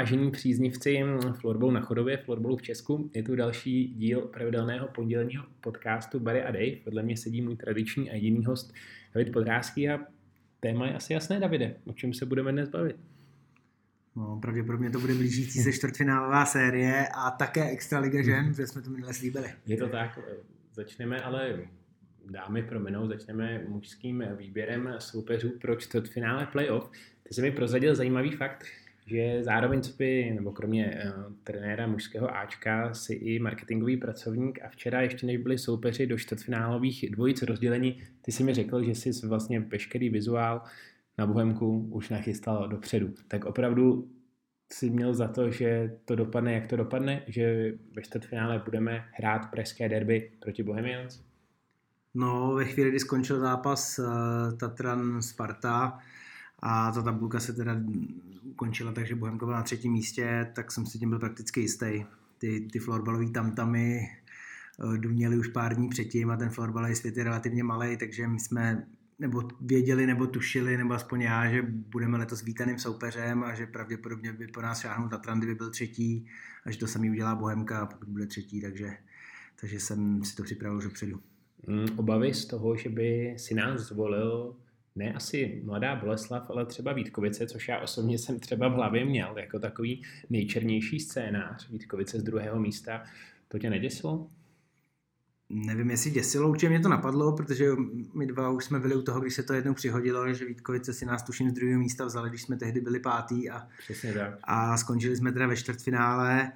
vážení příznivci florbalu na Chodově, florbalu v Česku. Je tu další díl pravidelného pondělního podcastu Barry a Dave. Podle mě sedí můj tradiční a jediný host David Podrázký a téma je asi jasné, Davide. O čem se budeme dnes bavit? No, pravděpodobně to bude blížící se čtvrtfinálová série a také Extraliga žen, že jsme to minule slíbili. Je to tak. Začneme ale dámy prominou, začneme mužským výběrem soupeřů pro čtvrtfinále playoff. Ty jsi mi prozradil zajímavý fakt, že zároveň nebo kromě trenéra mužského Ačka si i marketingový pracovník a včera ještě než byli soupeři do čtvrtfinálových dvojic rozdělení, ty si mi řekl, že jsi vlastně veškerý vizuál na Bohemku už nachystal dopředu. Tak opravdu si měl za to, že to dopadne, jak to dopadne, že ve čtvrtfinále budeme hrát pražské derby proti Bohemians? No, ve chvíli, kdy skončil zápas Tatran Sparta a ta tabulka se teda ukončila, takže Bohemka byla na 3. místě, tak jsem si tím byl prakticky jistý. Ty florbalový tamtamy duněli už pár dní předtím a ten florbalový svět je relativně malej, takže my jsme nebo věděli, nebo tušili, nebo aspoň já, že budeme letos vítaným soupeřem a že pravděpodobně by po nás šáhnul Tatran, kdyby byl 3. a že to samý udělá Bohemka, pokud bude 3. takže jsem si to připravil dopředu. Obavy z toho, že by si nás zvolil ne asi Mladá Boleslav, ale třeba Vítkovice, což já osobně jsem třeba v hlavě měl jako takový nejčernější scénář, Vítkovice z 2. místa, to tě neděsilo? Nevím, jestli děsilo, určitě mě to napadlo, protože my dva už jsme byli u toho, když se to jednou přihodilo, že Vítkovice si nás tuším z 2. místa vzali, když jsme tehdy byli 5. Přesně tak. A skončili jsme teda ve čtvrtfinále,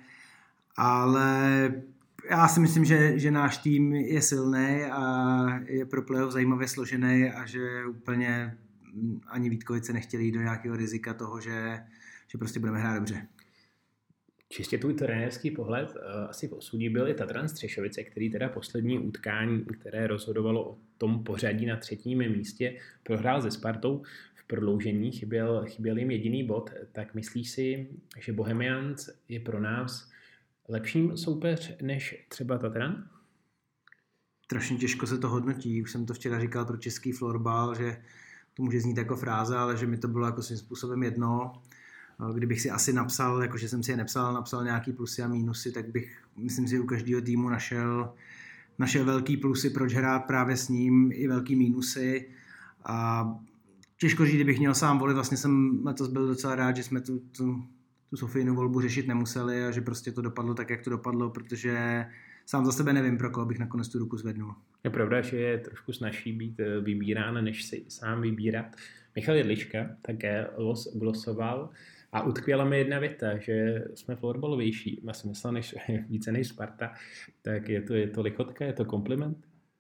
ale já si myslím, že náš tým je silný a je pro playoff zajímavě složený a že úplně ani Vítkovice nechtěli jít do nějakého rizika toho, že prostě budeme hrát dobře. Čistě tvůj trenérský pohled asi v osudí byly Tatran Střešovice, který teda poslední utkání, které rozhodovalo o tom pořadí na 3. místě, prohrál se Spartou v prodloužení, chyběl jim jediný bod. Tak myslíš si, že Bohemians je pro nás lepší soupeř než třeba Tatran? Strašně těžko se to hodnotí. Už jsem to včera říkal pro český florbal, že to může znít jako fráze, ale že mi to bylo jako svým způsobem jedno. Kdybych si asi napsal, jakože jsem si je napsal nějaký plusy a mínusy, tak bych, myslím si, u každého týmu našel velký plusy, proč hrát právě s ním, i velký mínusy. A těžko říct, kdybych měl sám volit, vlastně jsem letos byl docela rád, že jsme tu Sofijinu volbu řešit nemuseli a že prostě to dopadlo tak, jak to dopadlo, protože sám za sebe nevím, pro koho bych nakonec tu ruku zvednul. Je pravda, že je trošku snazší být vybírán, než si sám vybírat. Michal Jedlička také glosoval a utkvěla mi jedna věta, že jsme florbalovější. Já jsem myslel, více než Sparta. Tak je to lichotka, je to kompliment?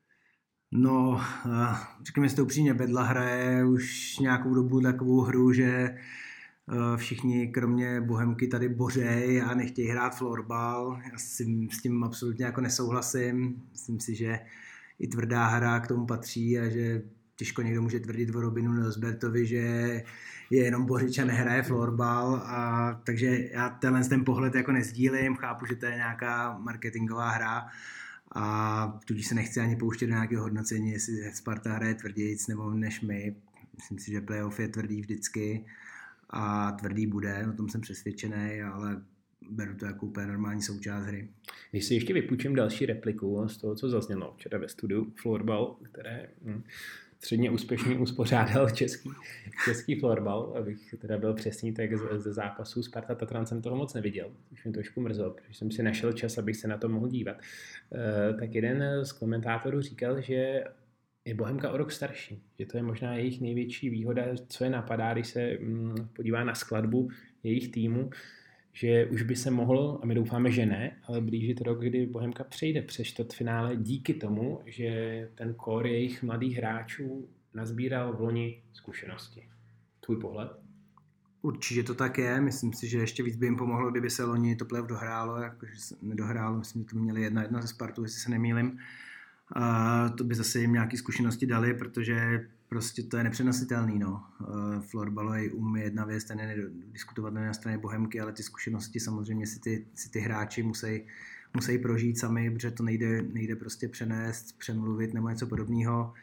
No, řekněme si to upřímně, Bedla hraje už nějakou dobu takovou hru, že všichni kromě Bohemky tady bořej a nechtějí hrát florbal. Já s tím absolutně jako nesouhlasím. Myslím si, že i tvrdá hra k tomu patří a že těžko někdo může tvrdit o Robinu Nelsbertovi, že je jenom bořič a nehraje florbal. Takže já ten pohled jako nezdílím, chápu, že to je nějaká marketingová hra a tudíž se nechci ani pouštět do nějakého hodnocení, jestli Sparta hraje tvrdějc nebo než my. Myslím si, že playoff je tvrdý vždycky a tvrdý bude, o tom jsem přesvědčený, ale beru to jako úplně normální součást hry. Když si ještě vypůjčím další repliku z toho, co zaznělo včera ve studiu Florbal, které středně úspěšně uspořádal český florbal, abych teda byl přesný, tak ze zápasu Sparta Tatran jsem toho moc neviděl, což mě trošku mrzelo, protože jsem si našel čas, abych se na to mohl dívat. Tak jeden z komentátorů říkal, že je Bohemka o rok starší, že to je možná jejich největší výhoda, co je napadá, když se podívá na skladbu jejich týmu, že už by se mohlo, a my doufáme, že ne, ale blížit rok, kdy Bohemka přejde přes čtvrtfinále díky tomu, že ten core jejich mladých hráčů nazbíral v loni zkušenosti. Tvůj pohled? Určitě to tak je. Myslím si, že ještě víc by jim pomohlo, kdyby se loni to playoff dohrálo, jakože se nedohrálo. Myslím, že to měli 1-1 ze Spartu, jestli se nemýlim. To by zase jim nějaké zkušenosti dali, protože prostě to je nepřenositelný. No. Florbalový je jedna věc, ten je diskutovatelný na straně Bohemky, ale ty zkušenosti samozřejmě si ty hráči musí prožít sami, protože to nejde prostě přenést, přemluvit nebo něco podobného.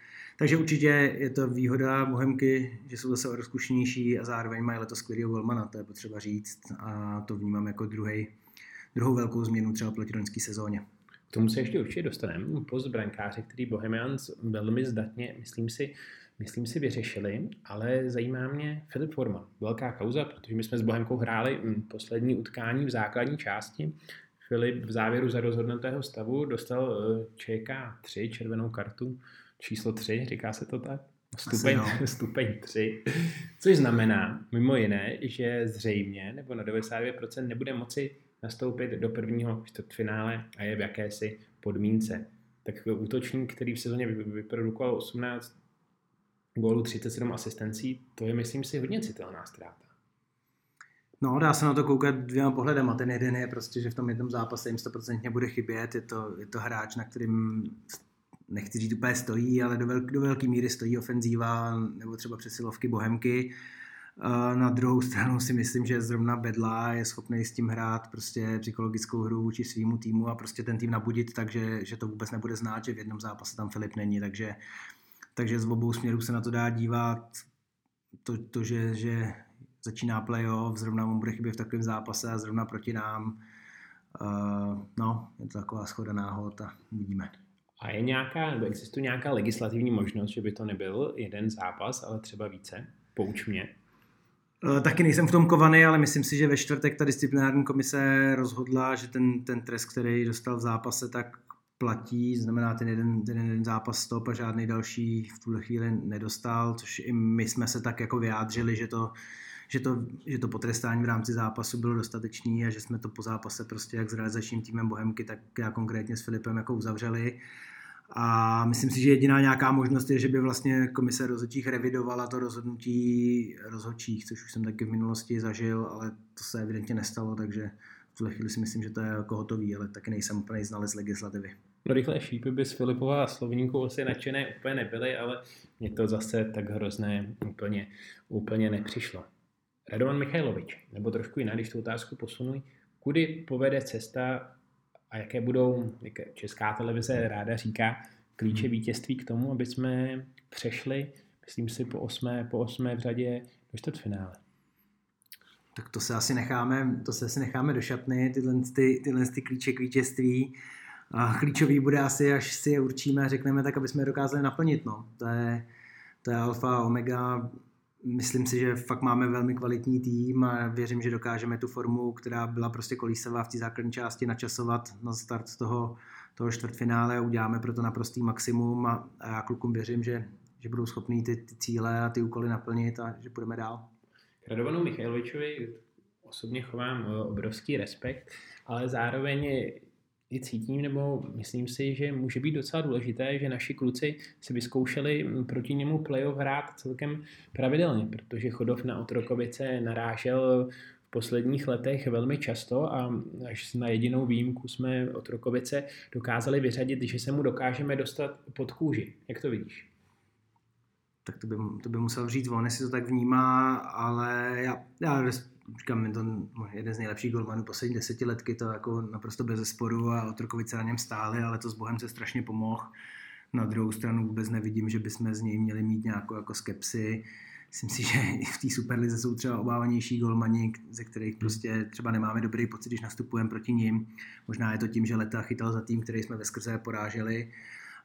Takže určitě je to výhoda Bohemky, že jsou zase rozkušenější a zároveň mají letos skvělýho golmana, to je potřeba říct a to vnímám jako druhou velkou změnu třeba proti loňské sezóně. K tomu se ještě určitě dostaneme. Post brankáře, který Bohemians velmi zdatně, myslím si, vyřešili, ale zajímá mě Filip Forman. Velká kauza, protože my jsme s Bohemkou hráli poslední utkání v základní části. Filip v závěru za rozhodnutého stavu dostal ČK3, červenou kartu, číslo 3, říká se to tak? Stupeň 3, což znamená mimo jiné, že zřejmě nebo na 99% nebude moci nastoupit do prvního čtvrtfinále a je v jakési podmínce. Tak útočník, který v sezóně vyprodukoval 18 gólů, 37 asistencí, to je, myslím si, hodně citelná ztráta. No, dá se na to koukat dvěma pohledama. Ten jeden je prostě, že v tom jednom zápase jim 100% bude chybět. Je to hráč, na kterým nechci říct úplně stojí, ale do velké míry stojí ofenzíva nebo třeba přesilovky Bohemky. Na druhou stranu si myslím, že zrovna Bedla je schopný s tím hrát prostě psychologickou hru vůči svýmu týmu a prostě ten tým nabudit, takže že to vůbec nebude znát, že v jednom zápase tam Filip není, takže z obou směrů se na to dá dívat. To že začíná playoff, zrovna on bude chybět v takovém zápase a zrovna proti nám. Je to taková shoda náhod a uvidíme. A existuje nějaká legislativní možnost, že by to nebyl jeden zápas, ale třeba více? Pouč mě. Taky nejsem v tom kovaný, ale myslím si, že ve čtvrtek ta disciplinární komise rozhodla, že ten trest, který dostal v zápase, tak platí, znamená ten jeden zápas stop a žádný další v tuhle chvíli nedostal, což i my jsme se tak jako vyjádřili, že to potrestání v rámci zápasu bylo dostatečný a že jsme to po zápase prostě jak s realizačním týmem Bohemky, tak já konkrétně s Filipem jako uzavřeli. A myslím si, že jediná nějaká možnost je, že by vlastně komise rozhodčích revidovala to rozhodnutí rozhodčích, což už jsem taky v minulosti zažil, ale to se evidentně nestalo, takže v tuhle chvíli si myslím, že to je jako hotový, ale taky nejsem úplně znalec legislativy. No rychlé šípy by z Filipova slovníku asi nadšené úplně nebyly, ale mně to zase tak hrozné úplně nepřišlo. Radovan Michajlovič, nebo trošku jinak, když tu otázku posunuj, kudy povede cesta a jaké budou, jak Česká televize ráda říká, klíče vítězství k tomu, aby jsme přešli, myslím si, po osmé v řadě do čtvrtfinále. Tak to se asi necháme do šatny, tyhle klíče k vítězství. A klíčový bude asi, až si je určíme a řekneme tak, aby jsme je dokázali naplnit. No. To je alfa a omega. Myslím si, že fakt máme velmi kvalitní tým a věřím, že dokážeme tu formu, která byla prostě kolísavá v té základní části, načasovat na start toho čtvrtfinále a uděláme pro to naprostý maximum a já klukům věřím, že budou schopní ty cíle a ty úkoly naplnit a že půjdeme dál. K Radovanu Michajlovičovi osobně chovám obrovský respekt, ale zároveň i cítím, nebo myslím si, že může být docela důležité, že naši kluci si vyzkoušeli proti němu playoff hrát celkem pravidelně, protože Chodov na Otrokovice narážel v posledních letech velmi často a až na jedinou výjimku jsme Otrokovice dokázali vyřadit, že se mu dokážeme dostat pod kůži. Jak to vidíš? Tak to by musel říct on, jestli to tak vnímá, ale já říkám, je to jeden z nejlepších golmanů poslední 10 letky, to jako naprosto bez zesporu a Otrokovice na něm stály, ale to s Bohem se strašně pomohl. Na druhou stranu vůbec nevidím, že bychom z něj měli mít nějakou jako skepsi. Myslím si, že v té Superlize jsou třeba obávanější golmani, ze kterých prostě třeba nemáme dobrý pocit, když nastupujeme proti nim. Možná je to tím, že Leta chytal za tým, který jsme veskrze poráželi,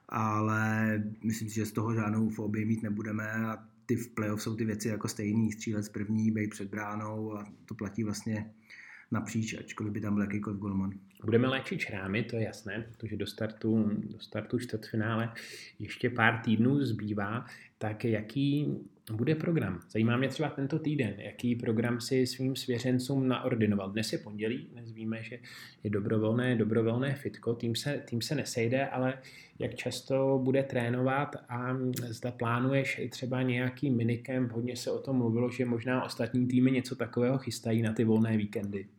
ale myslím si, že z toho žádnou fobii mít nebudeme a ty v playoff jsou ty věci jako stejný, střílet z první, bejt před bránou a to platí vlastně napříč, ačkoliv by tam byl jakýkoliv golman. Budeme léčit šrámy, to je jasné, protože do startu čtvrtfinále ještě pár týdnů zbývá, tak jaký bude program? Zajímá mě třeba tento týden, jaký program si svým svěřencům naordinoval. Dnes je pondělí, dnes víme, že je dobrovolné fitko, tým se nesejde, ale jak často bude trénovat a zda plánuješ třeba nějaký minicamp, hodně se o tom mluvilo, že možná ostatní týmy něco takového chystají na ty volné víkendy.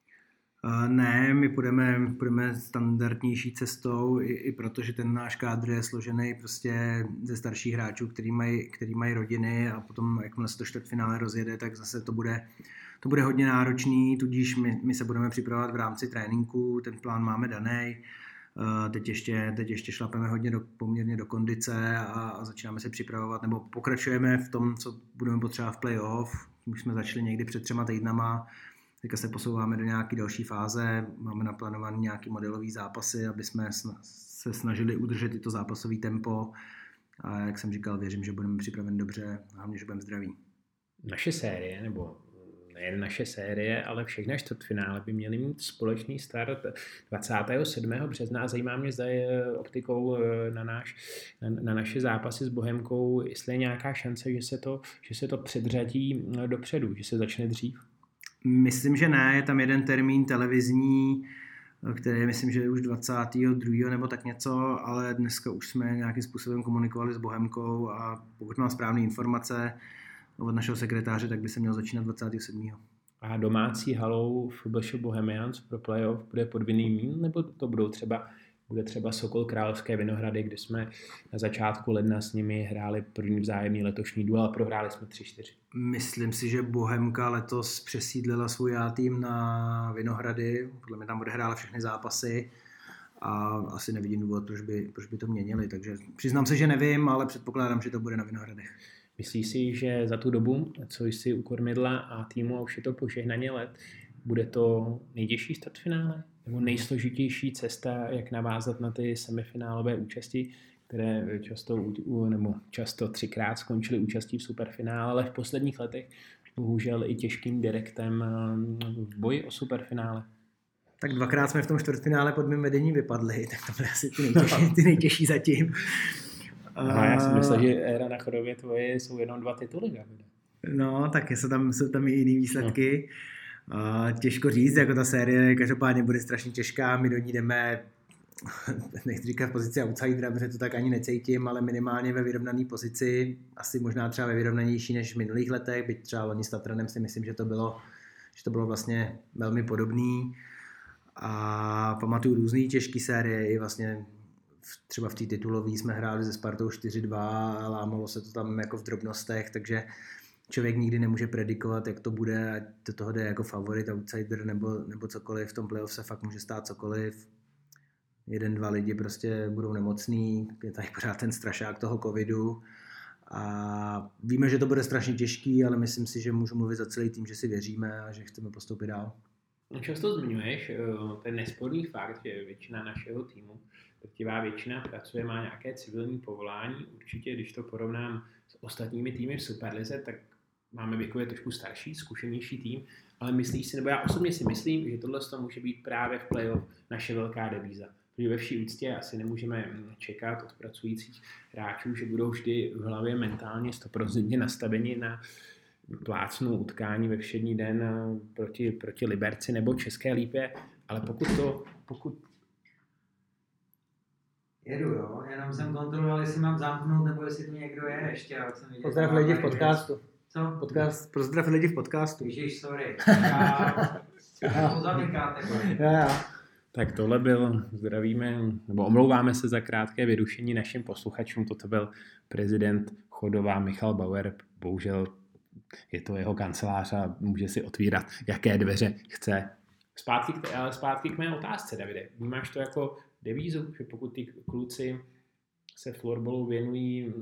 Ne, my půjdeme standardnější cestou, i protože ten náš kádr je složený prostě ze starších hráčů, který mají rodiny a potom, jakmile se to čtvrtfinále rozjede, tak zase to bude hodně náročný, tudíž my se budeme připravovat v rámci tréninku, ten plán máme daný. Teď ještě šlapeme hodně poměrně do kondice a začínáme se připravovat, nebo pokračujeme v tom, co budeme potřebovat v playoff. Už jsme začali někdy před 3 týdnama, teďka se posouváme do nějaké další fáze, máme naplánované nějaké modelové zápasy, aby jsme se snažili udržet tyto zápasové tempo a jak jsem říkal, věřím, že budeme připraveni dobře, hlavně, že budeme zdraví. Naše série, nebo nejen naše série, ale všechny čtvrtfinále by měly mít společný start 27. března. Zajímá mě, zda je optikou na naše zápasy s Bohemkou, jestli je nějaká šance, že se to předřadí dopředu, že se začne dřív. Myslím, že ne, je tam jeden termín televizní, který myslím, že je už 22. nebo tak něco, ale dneska už jsme nějakým způsobem komunikovali s Bohemkou a pokud mám správné informace od našeho sekretáře, tak by se měl začínat 27. A domácí halou FBŠ Bohemians pro playoff bude podvinný mín, nebo to bude třeba Sokol Královské Vinohrady, kde jsme na začátku ledna s nimi hráli první vzájemný letošní duel a prohráli jsme 3-4. Myslím si, že Bohemka letos přesídlila svůj tým na Vinohrady, podle mě tam bude hrála všechny zápasy a asi nevidím důvod, proč by to měnili, takže přiznám se, že nevím, ale předpokládám, že to bude na Vinohradech. Myslíš si, že za tu dobu, co jsi u kormidla a týmu a už je to požehnaně let, bude to nejtěžší čtvrtfinále? Nebo nejsložitější cesta, jak navázat na ty semifinálové účasti, které často 3krát skončily účastí v superfinále, ale v posledních letech bohužel i těžkým direktem v boji o superfinále. Tak 2krát jsme v tom čtvrtfinále pod mým vedením vypadli, tak to byly asi ty nejtěžší zatím. Já si myslím, že éra na Chodově tvoje jsou jenom 2 tituly. No, tak jsou tam i jiný výsledky. Těžko říct, jako ta série každopádně bude strašně těžká, my do ní jdeme, nechci říkat v pozici outsidera, protože to tak ani necítím, ale minimálně ve vyrovnané pozici, asi možná třeba ve vyrovnanější než v minulých letech, byť třeba loni s Tatranem si myslím, že to bylo vlastně velmi podobný a pamatuju různé těžké série, i vlastně třeba v té titulové jsme hráli se Spartou 4-2 a lámalo se to tam jako v drobnostech, takže člověk nikdy nemůže predikovat, jak to bude, ať do toho jde jako favorit, outsider nebo cokoliv. V tom playoff se fakt může stát cokoliv. 1-2 lidi prostě budou nemocný, je tady pořád ten strašák toho covidu a víme, že to bude strašně těžký, ale myslím si, že můžu mluvit za celý tým, že si věříme a že chceme postoupit dál. Často zmiňuješ ten nesporný fakt, že většina našeho týmu, drtivá většina pracuje, má nějaké civilní povolání. Určitě, když to porovnám s ostatními týmy v Superlize, tak máme věkově trošku starší, zkušenější tým, ale myslíš si, nebo já osobně si myslím, že tohle může být právě v playoff naše velká devíza. Protože ve vší úctě asi nemůžeme čekat od pracujících hráčů, že budou vždy v hlavě mentálně 100% nastaveni na plácnou utkání ve všední den proti Liberci nebo České Lípě, ale pokud Jedu, jo, jenom jsem kontroloval, jestli mám zamknout, nebo jestli tu někdo je ještě. Pozdrav lidi v podcastu. Co? Pozdrav lidi v podcastu. Ježiš, sorry. To zamykáte. Tak tohle zdravíme, nebo omlouváme se za krátké vyrušení našim posluchačům. Toto byl prezident Chodova Michal Bauer. Bohužel je to jeho kancelář a může si otvírat, jaké dveře chce. Zpátky k mé otázce, Davide. Vnímáš to jako devízu, že pokud ty kluci se florbalu věnují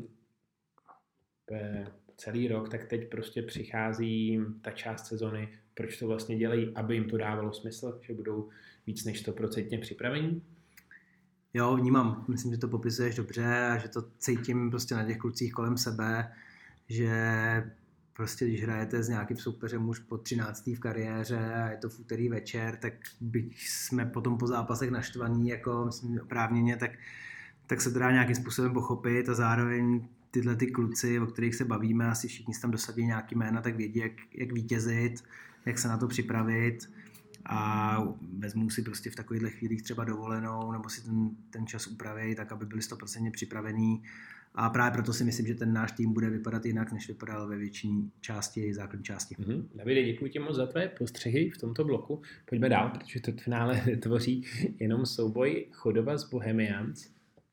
celý rok, tak teď prostě přichází ta část sezony, proč to vlastně dělají, aby jim to dávalo smysl, že budou víc než 100% připravení? Jo, vnímám. Myslím, že to popisuješ dobře a že to cítím prostě na těch klucích kolem sebe, že prostě když hrajete s nějakým soupeřem už po 13. v kariéře a je to v úterý večer, tak byť jsme potom po zápasech naštvaní, jako myslím oprávněně, tak se to dá nějakým způsobem pochopit a zároveň tyhle ty kluci, o kterých se bavíme, asi všichni si tam dosadí nějaký jména, tak vědí, jak vítězit, jak se na to připravit a vezmou si prostě v takovýchhle chvílích třeba dovolenou nebo si ten čas upraví, tak aby byli 100% připravení. A právě proto si myslím, že ten náš tým bude vypadat jinak, než vypadal ve většině části, základní části. Davide, děkuji ti moc za tvé postřehy v tomto bloku. Pojďme dál, protože to v finále tvoří jenom souboj Chodova s Bohemians.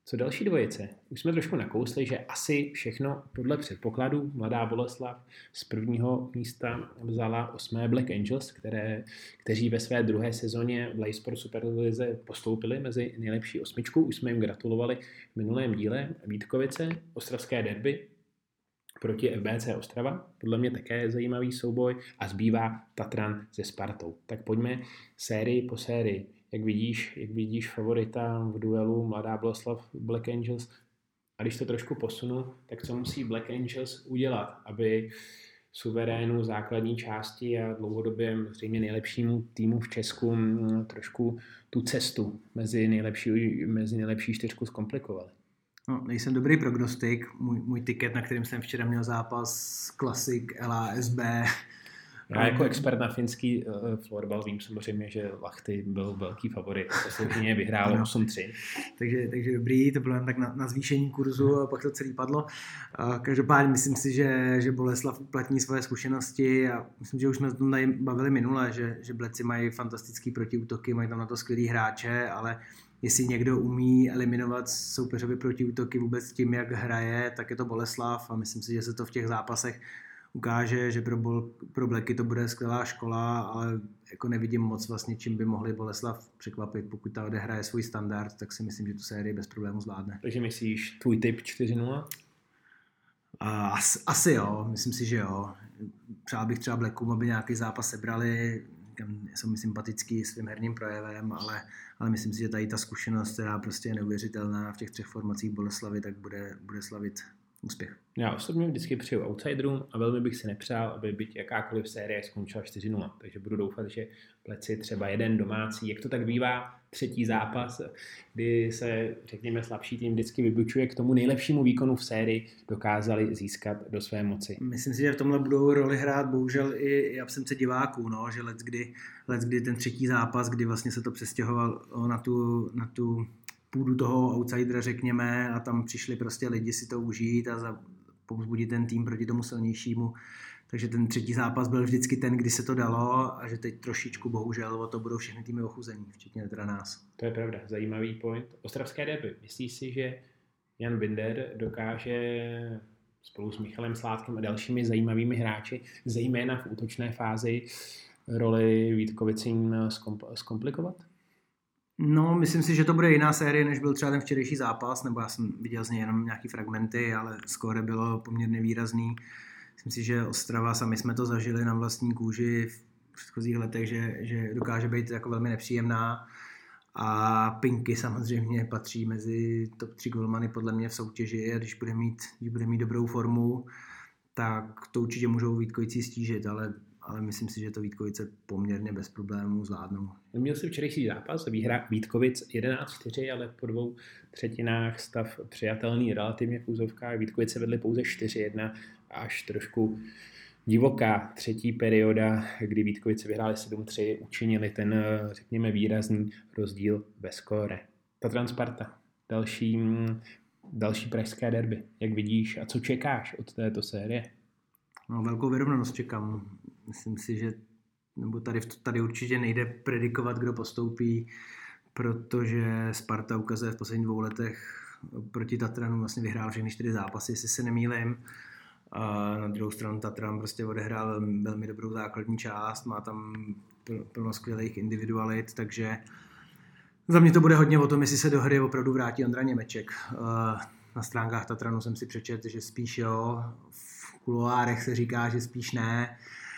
Co další dvojice? Už jsme trošku nakousli, že asi všechno podle předpokladu Mladá Boleslav z prvního místa vzala 8. Black Angels, kteří ve své druhé sezóně v Live Sport Superlize postoupili mezi nejlepší 8. Už jsme jim gratulovali v minulém díle. Vítkovice, ostravské derby proti FBC Ostrava, podle mě také zajímavý souboj, a zbývá Tatran se Spartou. Tak pojďme sérii po sérii. Jak vidíš favorita v duelu Mladá Boleslav Black Angels? A když to trošku posunu, tak co musí Black Angels udělat, aby suverénu základní části a dlouhodobě zřejmě nejlepšímu týmu v Česku trošku tu cestu mezi nejlepší čtyřku zkomplikovali? No, nejsem dobrý prognostik. Můj tiket, na kterým jsem včera měl zápas Classic LASB. Já jako expert na finský florbal vím samozřejmě, že Lahti byl velký favorit. Poslouchyně vyhrálo 8-3. Takže dobrý, to bylo jen tak na zvýšení kurzu a pak to celý padlo. Každopádně myslím si, že Boleslav uplatní svoje zkušenosti a myslím, že už jsme to tady bavili minule, že Bleci mají fantastický protiútoky, mají tam na to skvělý hráče, ale jestli někdo umí eliminovat soupeřovi protiútoky vůbec tím, jak hraje, tak je to Boleslav a myslím si, že se to v těch zápasech ukáže, že pro Blacky to bude skvělá škola, ale jako nevidím moc vlastně, čím by mohli Boleslav překvapit. Pokud ta odehraje svůj standard, tak si myslím, že tu sérii bez problémů zvládne. Takže myslíš tvůj tip 4-0? Asi jo, myslím si, že jo. Přál bych třeba Blackům, aby nějaký zápas sebrali, jsou mi sympatický svým herním projevem, ale myslím si, že tady ta zkušenost, která prostě je neuvěřitelná v těch 3 formacích Boleslavy, tak bude slavit úspěch. Já osobně vždycky přeju outsiderům a velmi bych si nepřál, aby byť jakákoliv série skončila 4-0. Takže budu doufat, že Pleci třeba jeden domácí, jak to tak bývá, 3. zápas, kdy se, řekněme, slabší tým vždycky vybučuje k tomu nejlepšímu výkonu v sérii, dokázali získat do své moci. Myslím si, že v tomhle budou roli hrát bohužel i absence diváků, no? Že leckdy ten 3. zápas, kdy vlastně se to přestěhoval na tu půdu toho outsidera, řekněme, a tam přišli prostě lidi si to užít a povzbudit ten tým proti tomu silnějšímu. Takže ten 3. zápas byl vždycky ten, kdy se to dalo a že teď trošičku bohužel o to budou všechny týmy ochuzení, včetně teda nás. To je pravda, zajímavý point. Ostravské derby. Myslíš si, že Jan Binder dokáže spolu s Michalem Sládkem a dalšími zajímavými hráči, zejména v útočné fázi, roli Vítkovicím zkomplikovat? No, myslím si, že to bude jiná série, než byl třeba ten včerejší zápas, nebo já jsem viděl z něj jenom nějaký fragmenty, ale skóre bylo poměrně výrazný. Myslím si, že Ostrava, sami jsme to zažili na vlastní kůži v předchozích letech, že dokáže být jako velmi nepříjemná. A Pinky samozřejmě patří mezi top 3 golmany podle mě v soutěži a když bude mít dobrou formu, tak to určitě můžou Vítkovici stížit, ale myslím si, že to Vítkovice poměrně bez problémů zvládnou. Měl si včerejší zápas, výhra Vítkovic 11-4, ale po 2/3 stav přijatelný, relativně v úzovkách. Vítkovice vedli pouze 4-1, až trošku divoká 3. perioda, kdy Vítkovice vyhráli 7-3, učinili ten, řekněme, výrazný rozdíl ve skóre. Tatran Sparta, další pražské derby. Jak vidíš a co čekáš od této série? No, velkou vyrovnanost čekám. Myslím si, že nebo tady určitě nejde predikovat, kdo postoupí, protože Sparta ukazuje v posledních 2 letech proti Tatranu vlastně vyhrál všechny 4 zápasy, jestli se nemýlím. A na druhou stranu Tatran prostě odehrál velmi dobrou základní část, má tam plno skvělých individualit, takže za mě to bude hodně o tom, jestli se do hry opravdu vrátí Ondra Němeček. Na stránkách Tatranu jsem si přečetl, že spíš jo, v kuloárech se říká, že spíš ne.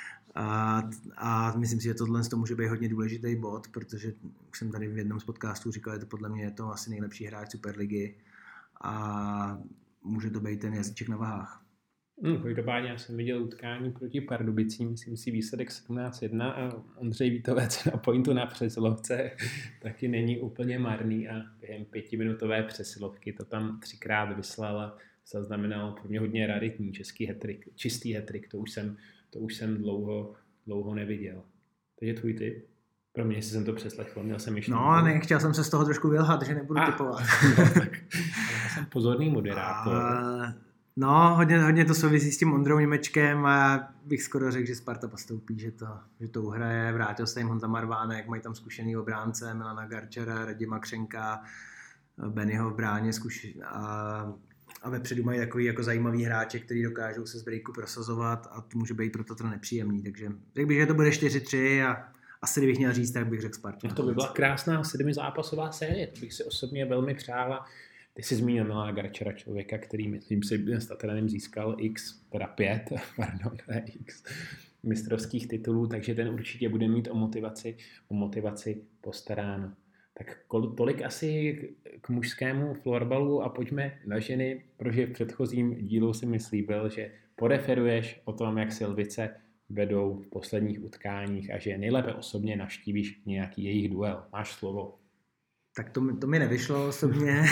A myslím si, že tohle může být hodně důležitý bod, protože už jsem tady v jednom z podcastů říkal, že to podle mě je to asi nejlepší hráč Superligy a může to být ten jazyček na vahách. Každopádně já jsem viděl utkání proti Pardubicím, myslím si výsledek 17-1 a Ondřej Vítovec na pointu na přesilovce taky není úplně marný a během 5minutové přesilovky to tam 3krát vyslal a zaznamenal pro mě hodně raritní čistý hat-trick, to už jsem dlouho neviděl. Takže tvůj tip? Pro mě, jestli jsem to přeslechl, měl jsem ještě... No, ne, chtěl jsem se z toho trošku vylhat, že nebudu tipovat. No, tak já jsem pozorný moderátor. No, hodně to souvisí s tím Ondrou Němečkem a bych skoro řekl, že Sparta postoupí, že to uhraje. Vrátil se jim Honza Marvánek, mají tam zkušený obránce, Milana Garčera, Radima Křenka, Bennyho v bráně a vepředu mají takový jako zajímavý hráče, který dokážou se z breaku prosazovat a to může být pro to nepříjemný. Takže řekl bych, že to bude 4-3 a asi kdybych měl říct, tak bych řekl Spartu. To by byla krásná 7zápasová série, to bych si osobně velmi přála. Ty jsi zmínil Milana Garčera, člověka, který, myslím si, s Tatranem získal pět mistrovských titulů, takže ten určitě bude mít o motivaci postaráno. Tak tolik asi k mužskému florbalu a pojďme na ženy, protože v předchozím dílu si mi slíbil, že poreferuješ o tom, jak Silvice vedou v posledních utkáních a že nejlépe osobně navštívíš nějaký jejich duel. Máš slovo. Tak to mi nevyšlo osobně,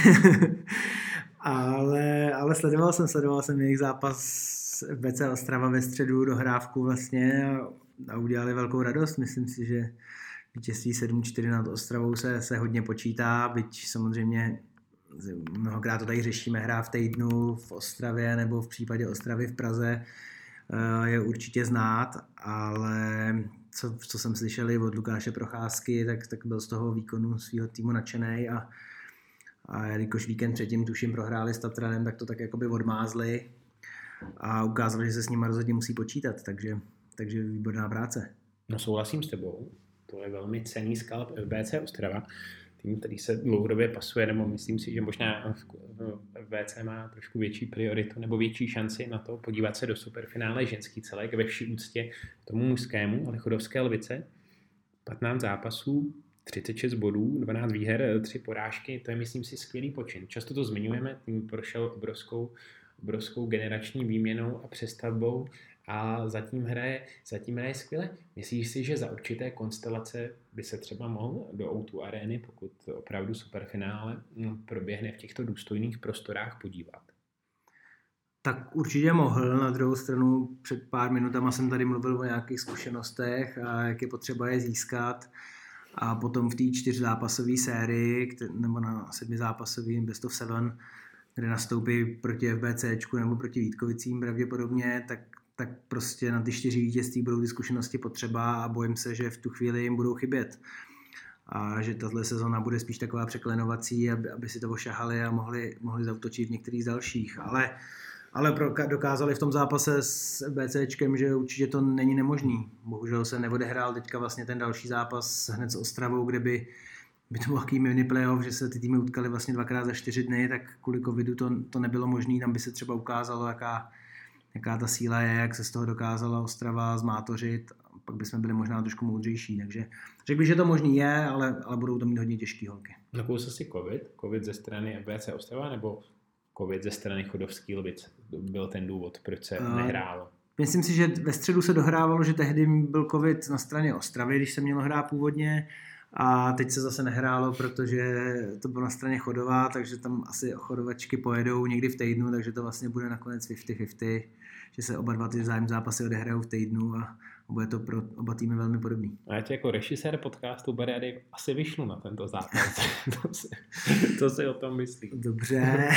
ale sledoval jsem jejich zápas BC Ostrava ve středu, dohrávku vlastně a udělali velkou radost. Myslím si, že vítězství 7-4 nad Ostravou se hodně počítá, byť samozřejmě mnohokrát to tady řešíme, hra v týdnu v Ostravě nebo v případě Ostravy v Praze je určitě znát, ale co jsem slyšel od Lukáše Procházky, tak byl z toho výkonu svého týmu nadšenej a jelikož víkend předtím tuším prohráli s Tatranem, tak to tak jakoby odmázli a ukázali, že se s nimi rozhodně musí počítat, takže výborná práce. No souhlasím s tebou, to je velmi cenný skalp FBC Ostrava, tým, který se dlouhodobě pasuje, nebo myslím si, že možná FBC má trošku větší prioritu nebo větší šanci na to podívat se do superfinále ženský celek ve vší úctě k tomu mužskému, ale Chodovské Lvice, 15 zápasů, 36 bodů, 12 výher, 3 porážky, to je myslím si skvělý počin. Často to zmiňujeme, tým prošel obrovskou generační výměnou a přestavbou a zatím hraje skvěle. Myslíš si, že za určité konstelace by se třeba mohl do O2 arény, pokud opravdu superfinále proběhne v těchto důstojných prostorách, podívat? Tak určitě mohl, na druhou stranu před pár minutama jsem tady mluvil o nějakých zkušenostech a jak je potřeba je získat a potom v té 4zápasové sérii, nebo na 7zápasový Best of 7, kde nastoupí proti FBCčku nebo proti Vítkovicím pravděpodobně, tak prostě na ty 4 vítězství budou ty zkušenosti potřeba a bojím se, že v tu chvíli jim budou chybět. A že tato sezona bude spíš taková překlenovací, aby si to ošahali a mohli zaútočit v některých dalších. Ale dokázali v tom zápase s FBCčkem, že určitě to není nemožný. Bohužel se neodehrál teďka vlastně ten další zápas hned s Ostravou, kde by to byl takový mini playoff, že se ty týmy utkaly vlastně 2x za 4 dny, tak kvůli covidu to nebylo možné, tam by se třeba ukázalo, jaká ta síla je, jak se z toho dokázala Ostrava zmátořit, pak bychom byli možná trošku moudřejší, takže řekl bych, že to možný je, ale budou to mít hodně těžký holky. Nakousl si covid ze strany FBC Ostrava, nebo covid ze strany Chodovský Lvic byl ten důvod, proč se nehrálo? Myslím si, že ve středu se dohrávalo, že tehdy byl covid na straně Ostravy, když se mělo hrát původně, a teď se zase nehrálo, protože to bylo na straně Chodova, takže tam asi chodovačky pojedou někdy v týdnu, takže to vlastně bude nakonec 50-50, že se oba dva ty vzájemné zápasy odehrajou v týdnu a bude to pro oba týmy velmi podobný. A já tě jako režisér podcastu Bariady asi vyšlu na tento zápas. Co si o tom myslí? Dobře.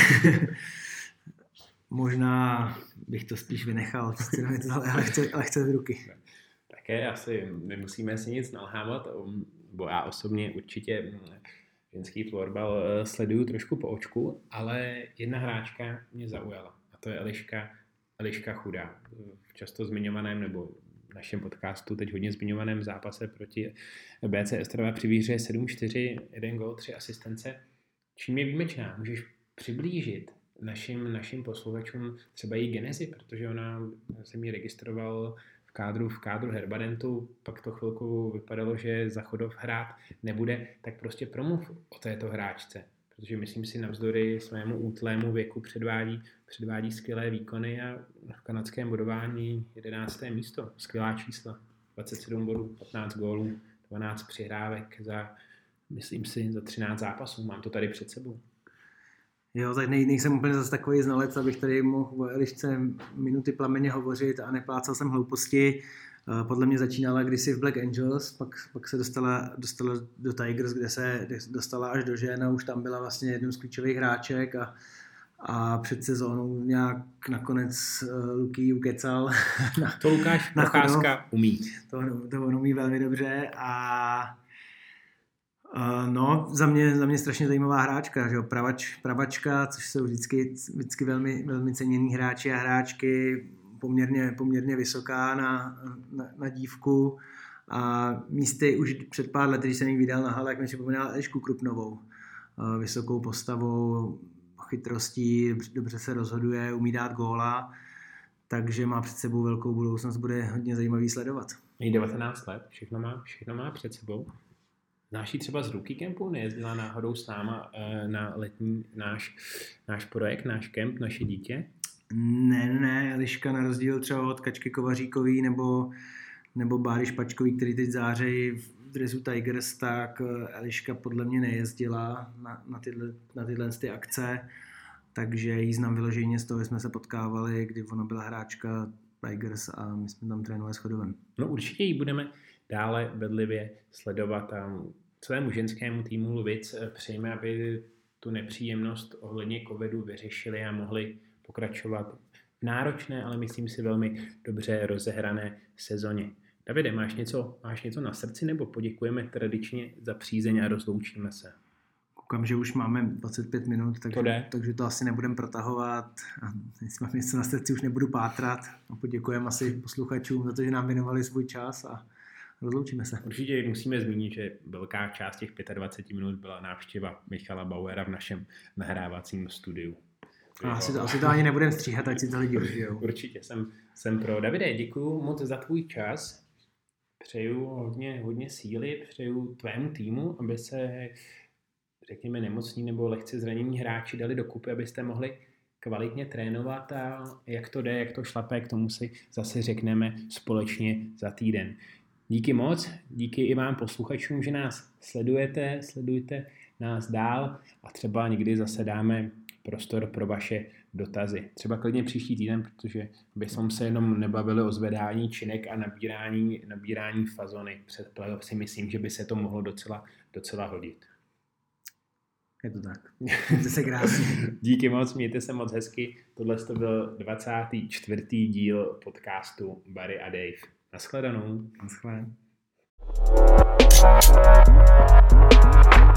Možná bych to spíš vynechal, ale chce z ruky. Také asi nemusíme si nic nalhávat, bo já osobně určitě ženský florbal sleduju trošku po očku, ale jedna hráčka mě zaujala a to je Eliška Chudá. V často zmiňovaném nebo v našem podcastu teď hodně zmiňovaném zápase proti BC Ostrava při výhře 7-4, 1 gól, 3 asistence. Čím je výjimečná? Můžeš přiblížit našim posluchačům třeba její genezi, protože ona se mi registroval v kádru Herbadentu, pak to chvilku vypadalo, že za Chodov hrát nebude, tak prostě promluv o této hráčce, protože myslím si navzdory svému útlému věku předvádí skvělé výkony a v kanadském bodování 11. místo, skvělá čísla, 27 bodů, 15 gólů, 12 přihrávek myslím si za 13 zápasů, mám to tady před sebou. Jo, tak nejsem úplně zase takový znalec, abych tady mohl o Elišce minuty plameně hovořit a neplácal jsem hlouposti. Podle mě začínala kdysi v Black Angels, pak se dostala do Tigers, kde se dostala až do žen a už tam byla vlastně jednou z klíčových hráček a před sezónou nějak nakonec Luky ukecal. To Lukáš Procházka umí. To on umí velmi dobře a No, za mě strašně zajímavá hráčka, že jo? Pravačka, což jsou vždycky velmi ceněný hráči a hráčky, poměrně vysoká na dívku a místy už před pár lety, když jsem ji viděl na hale, jak mi připomínala Elišku Krupnovou. Vysokou postavou, chytrostí, dobře se rozhoduje, umí dát góla, takže má před sebou velkou budoucnost, bude hodně zajímavý sledovat. Je 19 let, všechno má před sebou. Znáš ji třeba z Rookie Campu? Nejezdila náhodou s náma na letní náš projekt, náš kemp, naše dítě? Ne, Eliška na rozdíl třeba od Kačky Kovaříkový nebo Báry Špačkový, který teď zářejí v dresu Tigers, tak Eliška podle mě nejezdila na tyhle akce, takže jí znám vyloženě z toho, že jsme se potkávali, kdy ona byla hráčka Tigers a my jsme tam trénovali s Chodovem. No určitě ji budeme dále bedlivě sledovat a celému ženskému týmu Lubic přejeme, aby tu nepříjemnost ohledně covidu vyřešili a mohli pokračovat v náročné, ale myslím si velmi dobře rozehrané sezóně. Davide, máš něco na srdci nebo poděkujeme tradičně za přízeň a rozloučíme se? Koukám, že už máme 25 minut, takže to asi nebudeme protahovat. A jestli mám něco na srdci, už nebudu pátrat. A poděkujeme asi posluchačům za to, že nám věnovali svůj čas a rozloučíme se. Určitě musíme zmínit, že velká část těch 25 minut byla návštěva Michala Bauera v našem nahrávacím studiu. Asi to ani nebudeme stříhat, ať si to lidi užijou. Určitě jsem pro. Davide, děkuju moc za tvůj čas. Přeju hodně síly, přeju tvému týmu, aby se, řekněme, nemocní nebo lehce zranění hráči dali dokupy, abyste mohli kvalitně trénovat a jak to jde, jak to šlape, k tomu si zase řekneme společně za týden. Díky moc, díky i vám posluchačům, že nás sledujte nás dál a třeba někdy zase dáme prostor pro vaše dotazy. Třeba klidně příští týden, protože bychom se jenom nebavili o zvedání činek a nabírání fazony před playoff, si myslím, že by se to mohlo docela hodit. Je to tak. Mějte se krásně. Díky moc, mějte se moc hezky. Tohle to byl 24. díl podcastu Barry a Dave. Naschledanou. Naschledanou.